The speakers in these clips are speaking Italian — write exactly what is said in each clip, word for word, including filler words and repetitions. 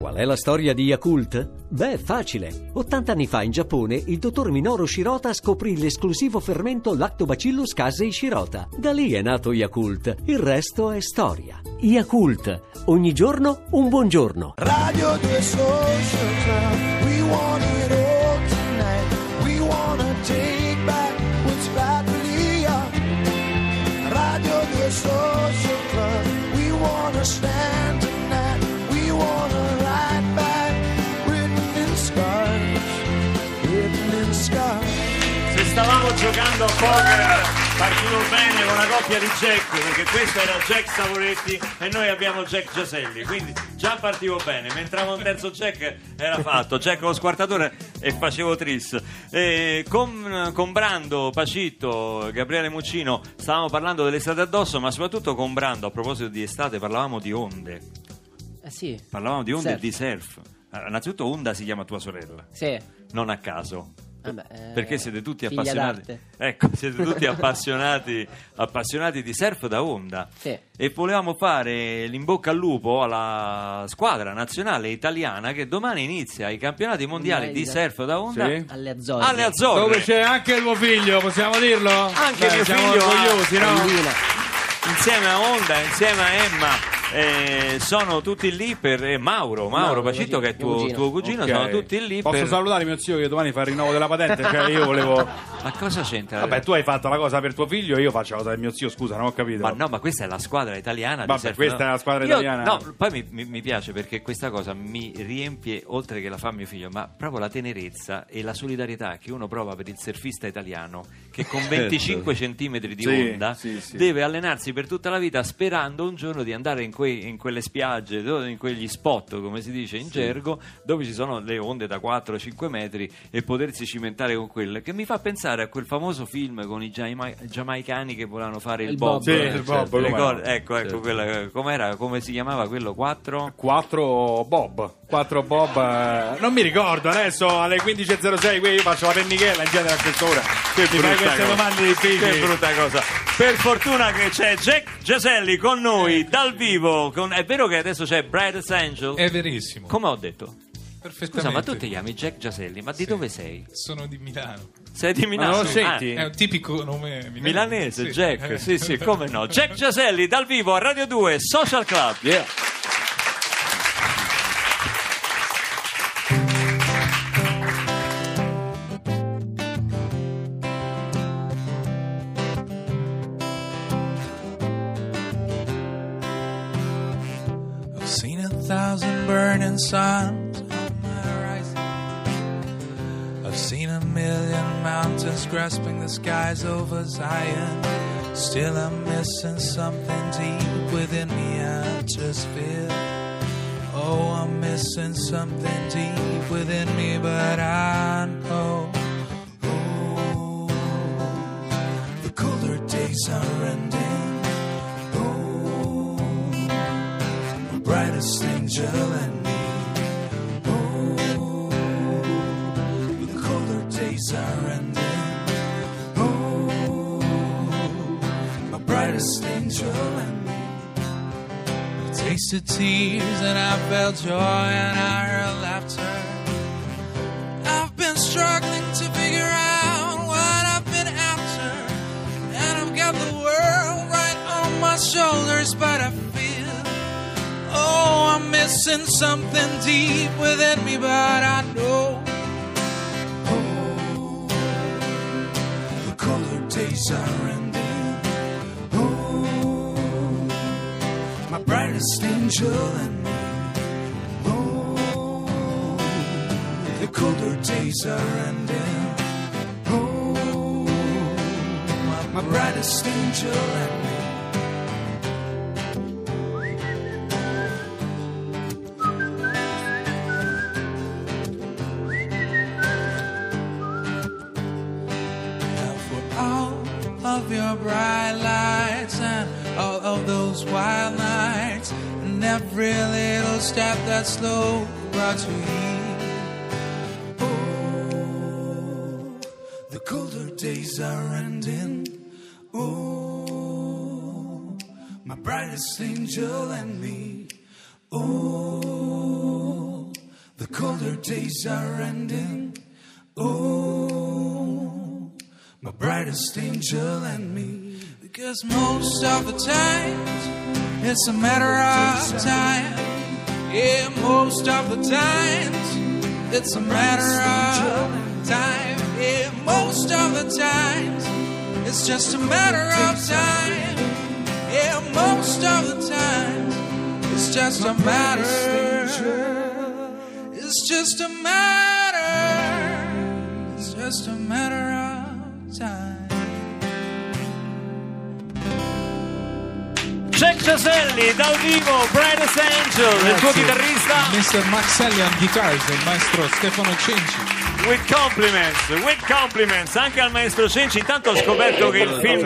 Qual è la storia di Yakult? Beh, facile. ottanta anni fa in Giappone il dottor Minoru Shirota scoprì l'esclusivo fermento Lactobacillus casei Shirota. Da lì è nato Yakult. Il resto è storia. Yakult. Ogni giorno un buongiorno. Radio due Social Club. We want it all tonight. We wanna take back what's rightfully ours. Radio due Social Club. We wanna stand tonight. We wanna ride back written in scars. Written in scars. Se stavamo giocando a poker partivo bene con una coppia di Jack, perché questo era Jack Savoretti e noi abbiamo Jack Giaselli, quindi già partivo bene. Mi entrava un terzo Jack, era fatto Jack lo squartatore e facevo tris. E con, con Brando, Pacitto, Gabriele Muccino stavamo parlando dell'estate addosso, ma soprattutto con Brando, a proposito di estate, parlavamo di onde. Eh sì. Parlavamo di onde Surf. e di surf. Allora, innanzitutto Onda si chiama tua sorella, Sì. non a caso. Vabbè, eh, Perché siete tutti figlia appassionati, d'arte. ecco, siete tutti appassionati, appassionati di surf da onda. Sì. E volevamo fare l'in bocca al lupo alla squadra nazionale italiana che domani inizia i campionati mondiali di surf da onda Sì. Alle Azzorre. alle Azzorre. Dove c'è anche il tuo figlio, possiamo dirlo? Anche Beh, mio siamo figlio orgogliosi, no? Bellina. Insieme a Onda, insieme a Emma. Eh, sono tutti lì per eh, Mauro, Mauro Mauro, Pacitto, che è mio tuo, cugino. tuo cugino, Ok. sono tutti lì Posso per... salutare mio zio che domani fa il rinnovo della patente? Cioè io volevo... Ma cosa c'entra? Vabbè, tu hai fatto la cosa per tuo figlio e io faccio la cosa per mio zio, scusa, non ho capito. Ma no, ma questa è la squadra italiana di Vabbè, surf, questa no? è la squadra Io- italiana. No, poi mi, mi- mi piace perché questa cosa mi riempie, oltre che la fa mio figlio, ma proprio la tenerezza e la solidarietà che uno prova per il surfista italiano che con venticinque centimetri di Sì, onda sì, sì. deve allenarsi per tutta la vita sperando un giorno di andare in, quei- in quelle spiagge, dove- in quegli spot, come si dice in gergo, dove ci sono le onde da quattro cinque metri e potersi cimentare con quelle, che mi fa pensare a quel famoso film con i giama- giamaicani che volevano fare il, Il bob. bob. Sì, il bob, Le come corde- no. ecco, ecco, quella, com'era, come si chiamava quello? Quattro? Quattro Bob. Quattro Bob. eh, Non mi ricordo adesso alle quindici e zero sei qui io faccio la pennichella in genere a quest'ora. Che Mi fai brutta queste cosa. domande difficili. Che brutta cosa. Per fortuna che c'è Jack Giaselli con noi dal vivo. Con- È vero che adesso c'è Brad Angel? È verissimo. Come ho detto? Perfettamente. Scusa, ma tu ti chiami Jack Giaselli, ma di Sì. dove sei? Sono di Milano. Sei di Ma Milano? non lo Ah, senti? È un tipico nome milanese. milanese, Sì. Jack, Eh. sì, sì, come no. Jack Giaselli dal vivo a Radio due Social Club. Yeah. I've seen a thousand burning suns on my horizon. I've seen a million mountains grasping the skies over Zion. Still I'm missing something deep within me I just feel. Oh, I'm missing something deep within me, but I know. Oh, the colder days are ending. Oh, my brightest angel and me. Oh, the colder days are ending. Oh, my brightest angel and me. I tasted tears and I felt joy and I heard laughter. I've been struggling to figure out what I've been after, and I've got the world right on my shoulders, but I feel, oh, I'm missing something deep within me, but I know. Oh, the colder days are ending. Oh, my brightest angel and me. Oh, the colder days are ending. Oh, my, my brightest angel and me. Now for all of your bright lights and all of those wild nights and every little step that slow brought you here. Oh, the colder days are ending. Oh, my brightest angel and me. Oh, colder days are ending. Oh, my brightest angel and me. Because most of the times it's a matter of time. Yeah, most of the times it's a matter of time. Yeah, most of the times it's just a matter of time. Yeah, most of the times it's just a matter. It's just a matter. It's just a matter of time. Jack Giaselli dal vivo, Brightest Angel, il tuo chitarrista. mister Maxelli on guitars, il maestro Stefano Cenci. With compliments, with compliments anche al maestro Cenci. Intanto ho scoperto che il film.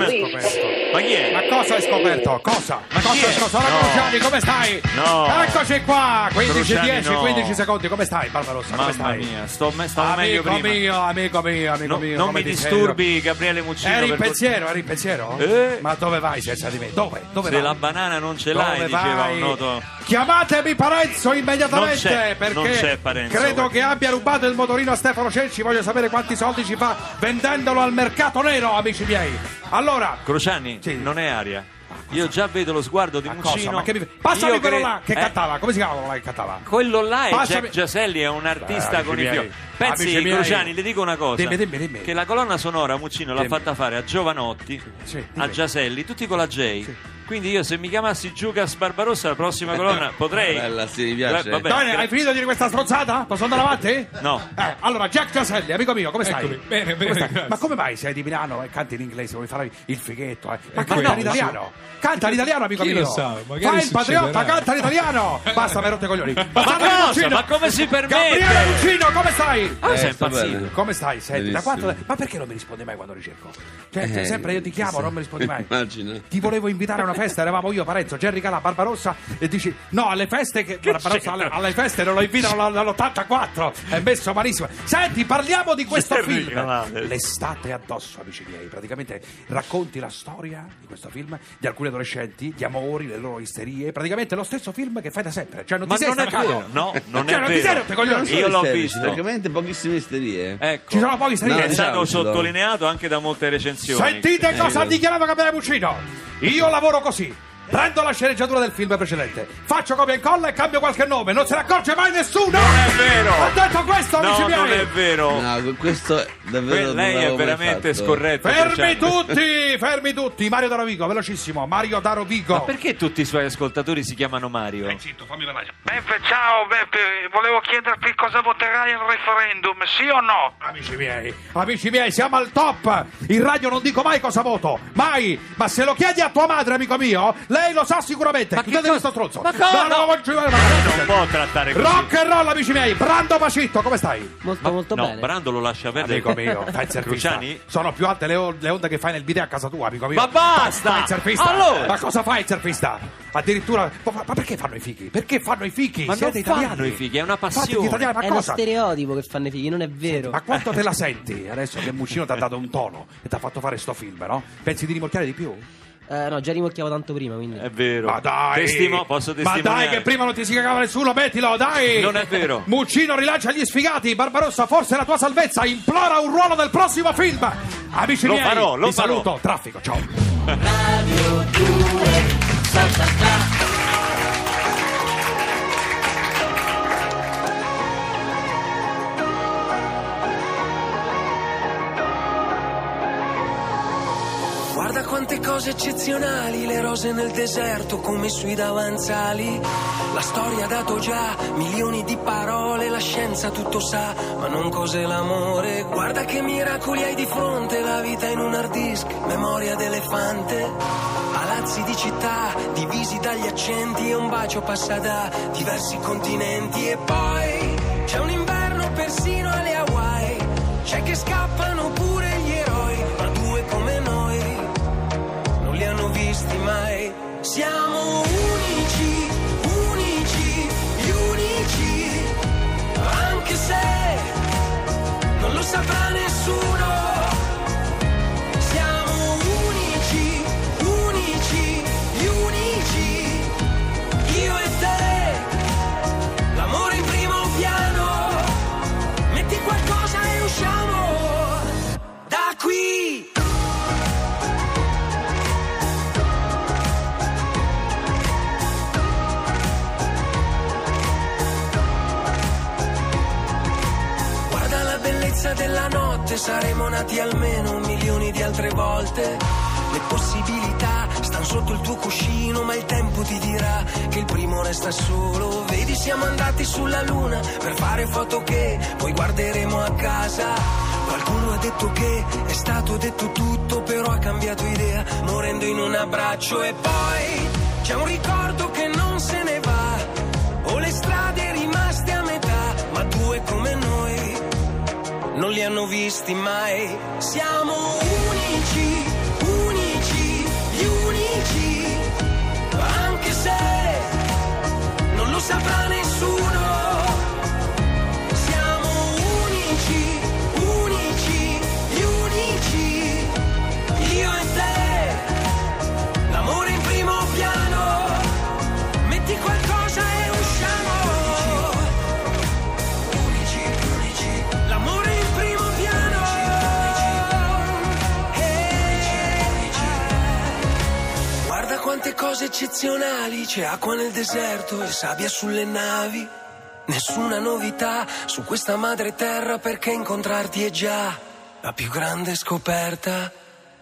Ma chi è? Ma cosa hai scoperto? Cosa? Ma cosa chi hai è? scoperto? Sono No. Cruciani, come stai? No. Eccoci qua, quindici Cruciani, dieci, no. quindici secondi, come stai Barbarossa? Come Mamma stai? mia, sto, me- stavo meglio Amico prima. mio, amico mio, amico No- mio. non come mi ti disturbi, Gabriele Muccino. Eri in per- pensiero, eri in pensiero? Eh? Ma dove vai senza di me? Dove? Dove Se vai? la banana non ce l'hai, Dove diceva vai? un noto. Chiamatemi Parenzo immediatamente Non c'è, perché non c'è Parenzo. credo che abbia rubato il motorino a Stefano Cenci. Voglio sapere quanti soldi ci fa vendendolo al mercato nero, amici miei. Allora, Crociani, Sì. non è aria. Io già vedo lo sguardo di ma cosa? Muccino. Ma che mi... Passami Io quello cre- là che eh? cantava. Come si chiama quello là che cantava? Quello là è Passami- Jack Giaselli, è un artista Beh, con i amici fiori. miei, Pensi, amici miei. Cruciani, le dico una cosa: Dimmi, dimmi, dimmi. che la colonna sonora Muccino l'ha Dimmi. fatta fare a Giovanotti, Sì, a dimmi. Giaselli, tutti con la J. Quindi io, se mi chiamassi Giucas Barbarossa, la prossima colonna potrei. Bella, sì, mi piace. Eh, vabbè, Bene, gra- hai finito di dire questa stronzata? Posso andare avanti? No. Eh, allora, Jack Giaselli, amico mio, come stai? Eccomi. Bene, Come bene, stai? grazie. Ma come mai sei di Milano e canti in inglese? Vuoi fare il fighetto? Eh? Ma Eh, canta no, in italiano! Canta in italiano, amico Chi mio! lo sa, magari Fai il patriota, succederà. canta in italiano! Basta, mi hai rotto i coglioni! Ma Passate cosa? Muccino. Ma come si permette? Gabriele Muccino, come stai? Ah, sei Eh, sto impazzito. bene. Come stai? Senti, da Benissimo. quanto... Ma perché non mi rispondi mai quando ricerco? Cioè, Eh, sempre io ti chiamo, non mi rispondi mai. Immagina. Ti volevo invitare a una festa, eravamo io, Parenzo, Gerry Calà, Barbarossa, e dici no, alle feste che, Barbarossa, alle, alle feste non lo invitano dall'ottantaquattro, è messo malissimo. Senti, parliamo di questo Gerry film, Calà. L'estate addosso, amici miei. Praticamente racconti la storia di questo film, di alcuni adolescenti, di amori, le loro isterie, praticamente lo stesso film che fai da sempre, cioè non Ma ti sei non è stancato. vero, no, non Cioè, è non ti sei vero. rotto i coglioni. Io l'ho Isterie, visto. Praticamente pochissime isterie. Ecco. Ci sono pochi isterie. No, È stato Esatto. sottolineato anche da molte recensioni. Sentite cosa ha Eh, dichiarato Gabriele Muccino. Io lavoro così. Prendo la sceneggiatura del film precedente, faccio copia e incolla e cambio qualche nome, non se ne accorge mai nessuno! Non è vero! Ho detto questo, amici No, miei! non è vero. No, questo è davvero. Que- lei non è l'avevo mai veramente fatto. scorretto. Fermi Cruciani. tutti, fermi tutti! Mario Darovigo, velocissimo, Mario Darovigo. Ma perché tutti i suoi ascoltatori si chiamano Mario? Zitto, fammi vedere. Beppe, ciao Beppe, volevo chiederti cosa voterai al referendum, sì o no? Amici miei, amici miei, siamo al top! In radio non dico mai cosa voto, mai! Ma se lo chiedi a tua madre, amico mio, lei lo sa sicuramente. Ma Chiudete che questo cosa- stronzo. Ma cosa? No, no, voglio giocare, Ma ma- non può trattare così. Rock and roll, amici miei, Brando Pacitto, come stai? Molto, Ma- molto no, bene. Brando lo lascia perdere. Amico mio, fai il surfista. Cruciani? Sono più alte le, o- le onde che fai nel bidet a casa tua, amico mio. Ma basta! Fai il surfista. Allora! Ma cosa fai il surfista? Addirittura. Ma ma perché fanno i fighi? Perché fanno i fighi? Ma Siete non fanno italiani. i fighi, è una Fate passione. gli italiani, ma È lo cosa? stereotipo che fanno i figli, non è vero. Ma quanto te la senti adesso che Muccino ti ha dato un tono e ti ha fatto fare sto film, no? Pensi di rimorchiare di più? Eh, no, già rimorchiavo tanto prima, quindi. È vero. Ma dai! Testimo- posso Ma testimoniare. dai, che prima non ti si cagava nessuno, mettilo, dai! Non è vero. Muccino rilancia gli sfigati, Barbarossa, forse è la tua salvezza, implora un ruolo nel prossimo film! Amici Lo miei, farò, lo vi farò. saluto, traffico, ciao! Guarda quante cose eccezionali, le rose nel deserto come sui davanzali. La storia ha dato già milioni di parole, la scienza tutto sa, ma non cos'è l'amore. Guarda che miracoli hai di fronte, la vita in un hard disk, memoria d'elefante. Palazzi di città, divisi dagli accenti e un bacio passa da diversi continenti. E poi c'è un inverno persino alle Hawaii, c'è che scappano pure gli eroi, ma due come noi non li hanno visti mai. Siamo unici, unici, gli unici, anche se non lo saprà nessuno. Siamo unici, unici, gli unici, io e te, l'amore in primo piano. bellezza della notte saremo nati almeno milioni di altre volte. Le possibilità stanno sotto il tuo cuscino, ma il tempo ti dirà che il primo resta solo. Vedi, siamo andati sulla luna per fare foto che poi guarderemo a casa. Qualcuno ha detto che è stato detto tutto, però ha cambiato idea morendo in un abbraccio. E poi c'è un ricordo che non se ne va, o le strade rimaste a metà, ma due come noi non li hanno visti mai. Siamo unici, unici, gli unici, anche se non lo saprà nessuno. Siamo unici, unici, gli unici, io e te, l'amore in primo piano, metti qualcosa e usciamo. Unici, unici, l'amore in primo piano. Guarda quante cose eccezionali, c'è acqua nel deserto e sabbia sulle navi. Nessuna novità su questa madre terra, perché incontrarti è già la più grande scoperta.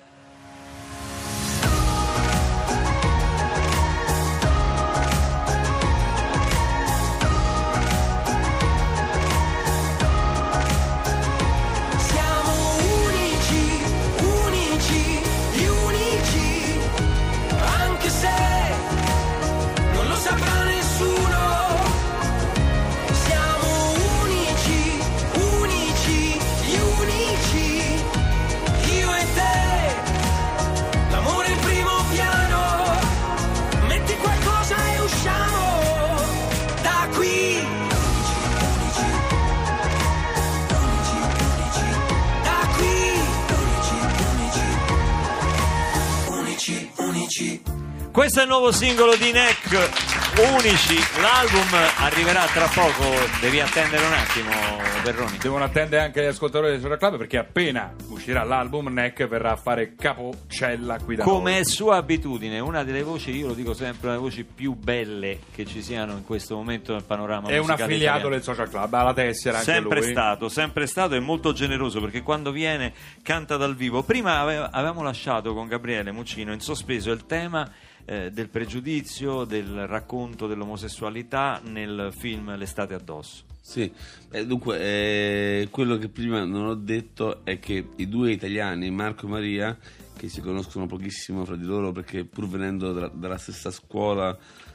Questo è il nuovo singolo di Neck, Unici. L'album arriverà tra poco, devi attendere un attimo, Perroni. Devono attendere anche gli ascoltatori del Social Club, perché appena uscirà l'album Neck verrà a fare capocella qui da noi. Come è sua abitudine, una delle voci, io lo dico sempre, una delle voci più belle che ci siano in questo momento nel panorama è musicale un affiliato italiano. del Social Club, ha la tessera anche sempre lui. stato, sempre stato e molto generoso, perché quando viene canta dal vivo. Prima ave- avevamo lasciato con Gabriele Muccino in sospeso il tema eh, del pregiudizio, del racconto dell'omosessualità nel film L'estate addosso. Sì, eh, dunque eh, quello che prima non ho detto è che i due italiani, Marco e Maria, che si conoscono pochissimo fra di loro perché pur venendo dalla, dalla stessa scuola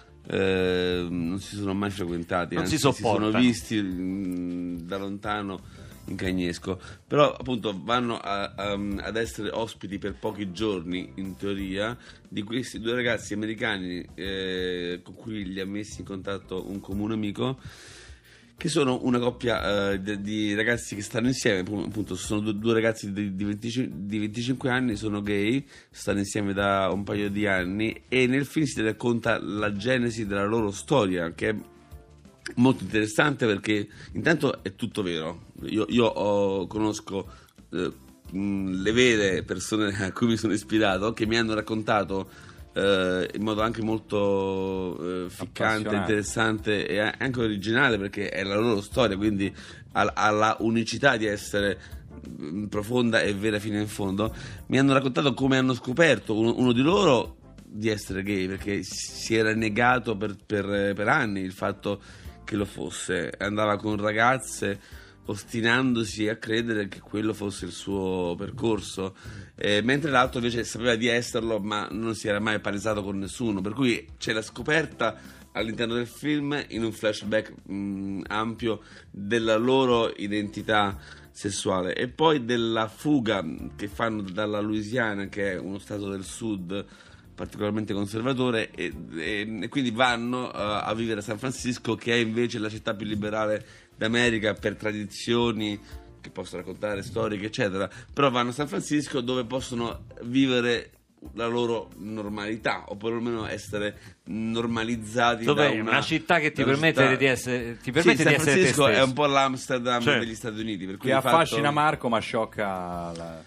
eh, non si sono mai frequentati, non anzi si sopportano, si sono visti mh, da lontano in Cagnesco, però appunto vanno a, a, ad essere ospiti per pochi giorni in teoria di questi due ragazzi americani eh, con cui li ha messi in contatto un comune amico, che sono una coppia uh, di, di ragazzi che stanno insieme, appunto sono due, due ragazzi di, di, venticinque, di venticinque anni, sono gay, stanno insieme da un paio di anni e nel film si racconta la genesi della loro storia, che è molto interessante perché intanto è tutto vero. Io, io ho, conosco eh, le vere persone a cui mi sono ispirato, che mi hanno raccontato Uh, in modo anche molto uh, ficcante, interessante e anche originale, perché è la loro storia, quindi ha, ha la unicità di essere profonda e vera fino in fondo. Mi hanno raccontato come hanno scoperto uno, uno di loro di essere gay, perché si era negato per, per, per anni il fatto che lo fosse, andava con ragazze ostinandosi a credere che quello fosse il suo percorso, eh, mentre l'altro invece sapeva di esserlo ma non si era mai palesato con nessuno, per cui c'è la scoperta all'interno del film in un flashback mh, ampio della loro identità sessuale e poi della fuga che fanno dalla Louisiana, che è uno stato del sud particolarmente conservatore, e, e, e quindi vanno uh, a vivere a San Francisco, che è invece la città più liberale d'America per tradizioni che posso raccontare, storiche eccetera, però vanno a San Francisco dove possono vivere la loro normalità o perlomeno essere normalizzati. Dov'è? Da una, una città che ti una permette città... di essere ti permette sì, di San essere Francisco te stesso. è un po' l'Amsterdam cioè, degli Stati Uniti, per cui che affascina fatto... Marco ma sciocca la...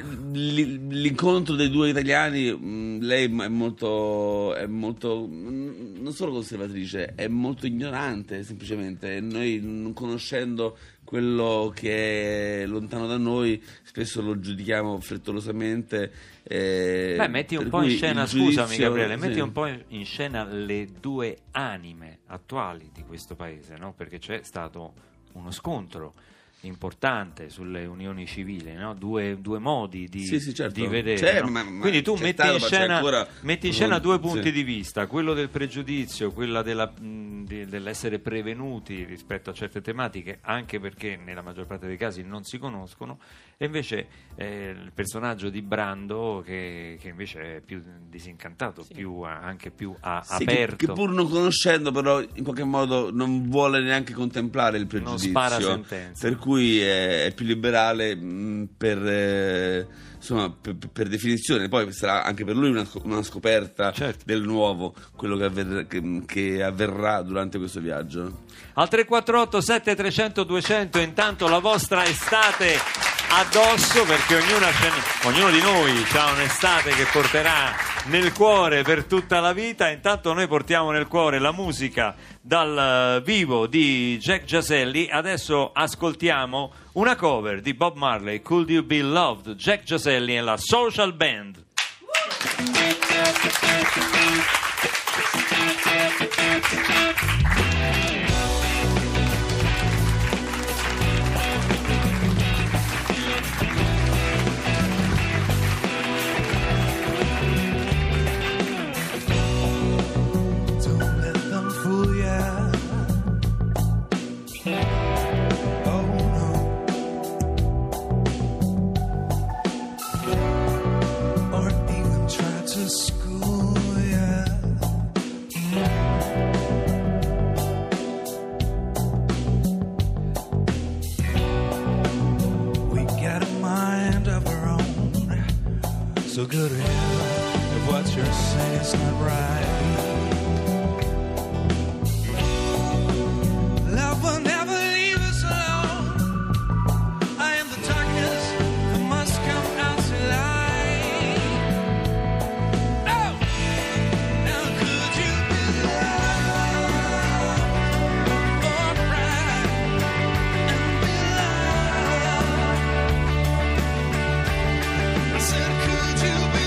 L'incontro dei due italiani, mh, lei è molto, è molto, non solo conservatrice, è molto ignorante semplicemente. Noi, non conoscendo quello che è lontano da noi spesso lo giudichiamo frettolosamente. Eh, Beh, metti un po' in scena, scusami Gabriele, metti sì. un po' in scena le due anime attuali di questo paese, no? Perché c'è stato uno scontro importante sulle unioni civili, no? due, due modi di, sì, sì, certo. di vedere, c'è, no? ma, ma quindi tu metti in, scena, ancora... metti in scena due punti sì. di vista, quello del pregiudizio, quella della, mh, di, dell'essere prevenuti rispetto a certe tematiche, anche perché nella maggior parte dei casi non si conoscono, e invece eh, il personaggio di Brando che, che invece è più disincantato, sì. più, anche più a, sì, aperto, che, che pur non conoscendo però in qualche modo non vuole neanche contemplare il pregiudizio, non spara sentenze, per cui è, è più liberale mh, per, eh, insomma, per, per definizione. Poi sarà anche per lui una, una scoperta certo. del nuovo, quello che, avver, che, che avverrà durante questo viaggio. Al tre quattro otto sette tre zero zero due zero zero intanto la vostra estate addosso, perché ognuna, ognuno di noi ha un'estate che porterà nel cuore per tutta la vita. Intanto noi portiamo nel cuore la musica dal vivo di Jack Giaselli. Adesso ascoltiamo una cover di Bob Marley, Could You Be Loved, Jack Giaselli e la Social Band. So good to hear if what you're saying is not right. Love will never leave us alone. I am the darkness that must come out to light. Oh, now could you be loved? Or cry and be loved? I said, could you be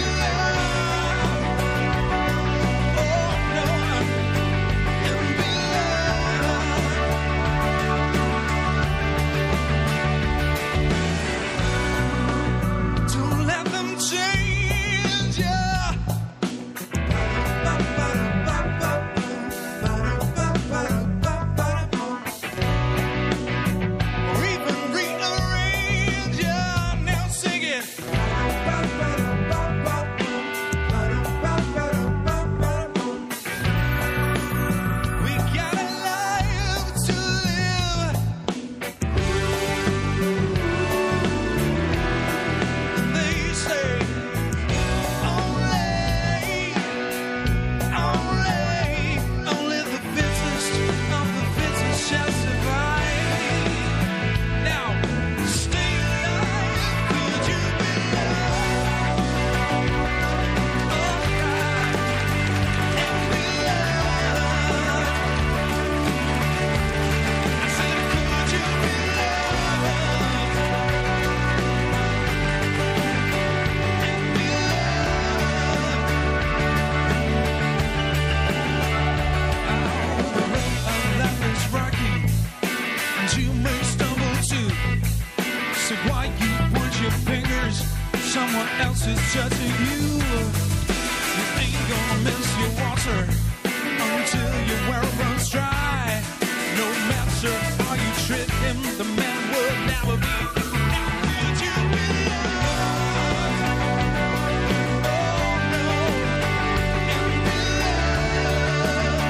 someone else is judging you. You ain't gonna miss your water until your well runs dry. No matter how you treat him, the man will never be. Could you be loved? Oh no, and be loved.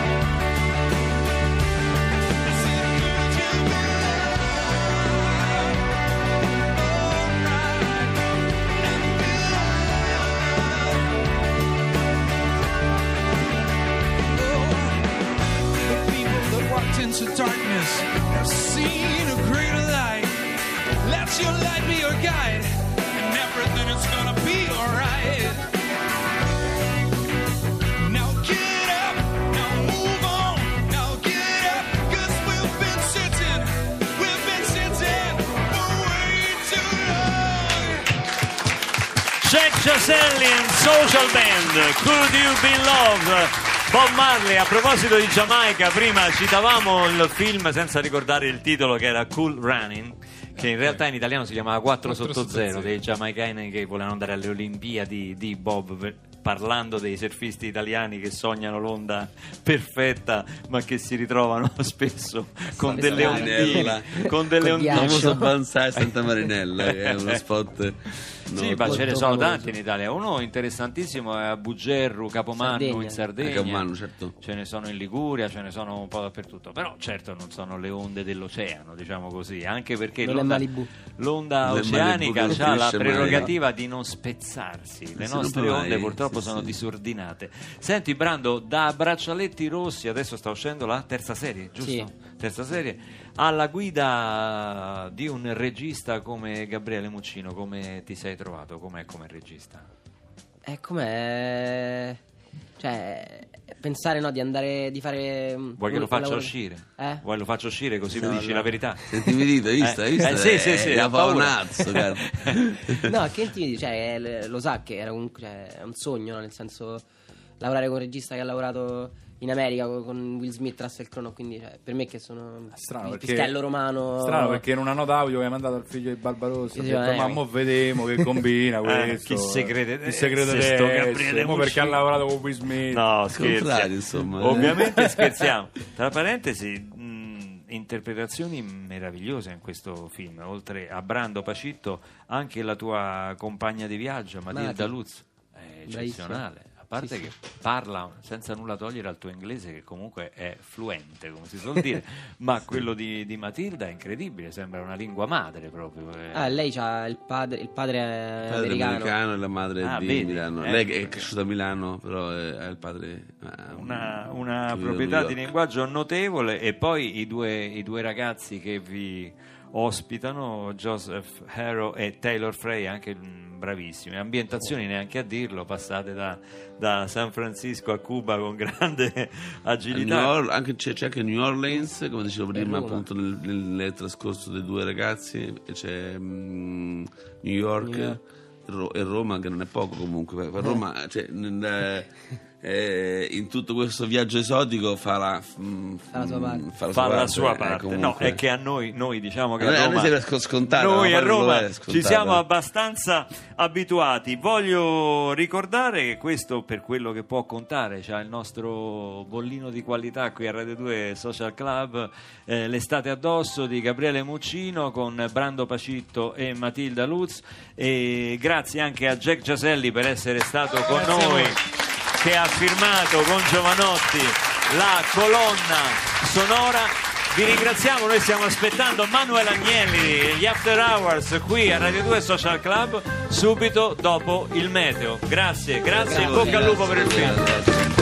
I said, could you be loved? All right, and be loved. Oh, the people that walked into darkness have seen a greater light. Let your light be your guide, and everything is gonna be alright. Now get up, now move on, now get up, 'cause we've been sitting, we've been sitting. Giaselli and Social Band, Could You Be Love? Bob Marley. A proposito di Giamaica, prima citavamo il film senza ricordare il titolo, che era Cool Running, che in realtà in italiano si chiamava quattro sotto zero, dei giamaicani che volevano andare alle Olimpiadi di Bob, per, parlando dei surfisti italiani che sognano l'onda perfetta ma che si ritrovano spesso con Santa delle Marinella. ondine, con delle Il ondine. famoso Banzai Santa Marinella, che è uno spot. Sì, ma ce ne sono tanti in Italia. Uno interessantissimo è a Bugerru, Capomannu, Sardegna. in Sardegna. A Capomannu, certo. Ce ne sono in Liguria, ce ne sono un po' dappertutto. Però certo non sono le onde dell'oceano, diciamo così, anche perché Non è l'onda, Malibu. l'onda Non è oceanica Malibu che ha la finisce mai. prerogativa di non spezzarsi. Le Sì, nostre non mai, onde purtroppo sì, sono sì. disordinate. Senti Brando, da Braccialetti Rossi, adesso sta uscendo la terza serie, giusto? Sì. Terza serie, alla guida di un regista come Gabriele Muccino. Come ti sei trovato? Com'è come regista? È come... Cioè, pensare no, di andare, di fare... Vuoi che lo faccia uscire? Eh? Vuoi lo faccio uscire così No, mi dici no. la verità? Senti, mi dite, hai visto? Eh, Hai visto? eh, sì, sì, sì, Eh, ha ha paura. paonazzo, cara. No, che intimi- cioè, l- lo sa che era comunque cioè, è un sogno, no? Nel senso, lavorare con un regista che ha lavorato in America con- con Will Smith, Russell Crowe, quindi cioè, per me che sono Strano il perché, pischello romano. strano perché in una nota audio che hai mandato al figlio di Barbarossa ha Sì, detto eh, ma mo vedemo che combina Eh, questo, chi se crede chi se crede essere sto essere, Gabriele mo perché ha Muccino. lavorato con Will Smith. No, Contrario, scherzi. insomma, eh. Ovviamente scherziamo. Tra parentesi, mh, interpretazioni meravigliose in questo film. Oltre a Brando Pacitto, anche la tua compagna di viaggio, Matilda Mati. Lutz, è eccezionale. A parte Sì, che parla senza nulla togliere al tuo inglese, che comunque è fluente, come si suol dire, ma quello di, di Matilda è incredibile, sembra una lingua madre proprio. eh. Ah, lei c'ha il padre, il padre è Il padre americano. americano e la madre Ah, di vedi, Milano. eh, Lei è perché- cresciuta a Milano, però è- ha il padre. ha un- Una, una che vive a proprietà New di York. linguaggio notevole. E poi i due, i due ragazzi che vi ospitano, Joseph Harrow e Taylor Frey, anche mh, bravissimi. Ambientazioni neanche a dirlo, passate da, da San Francisco a Cuba con grande A agilità. New Or- anche- c'è, c'è anche New Orleans, come dicevo prima, Roma. appunto nel, nel trascorso dei due ragazzi, e c'è mm, New York, New York. Ro- e Roma, che non è poco comunque. Per Roma, cioè, nel- eh, in tutto questo viaggio esotico fa la, mm, Fa la sua mm, parte. fa la Fa sua la parte, sua eh, parte. No, comunque. è che a noi, noi diciamo che A a noi- a noi Roma, sembra sc- scontato, noi ma a poi non lo Roma è ci scontato. siamo abbastanza abituati. Voglio ricordare che questo, per quello che può contare, c'ha il nostro bollino di qualità qui a Radio due Social Club, eh, l'estate addosso di Gabriele Muccino con Brando Pacitto e Matilda Lutz, e grazie anche a Jack Giaselli per essere stato con Grazie a noi, voi. che ha firmato con Giovanotti la colonna sonora. Vi ringraziamo, noi stiamo aspettando Manuel Agnelli, gli After Hours qui a Radio due Social Club, subito dopo il meteo. Grazie, grazie, in bocca al lupo per il film. Grazie.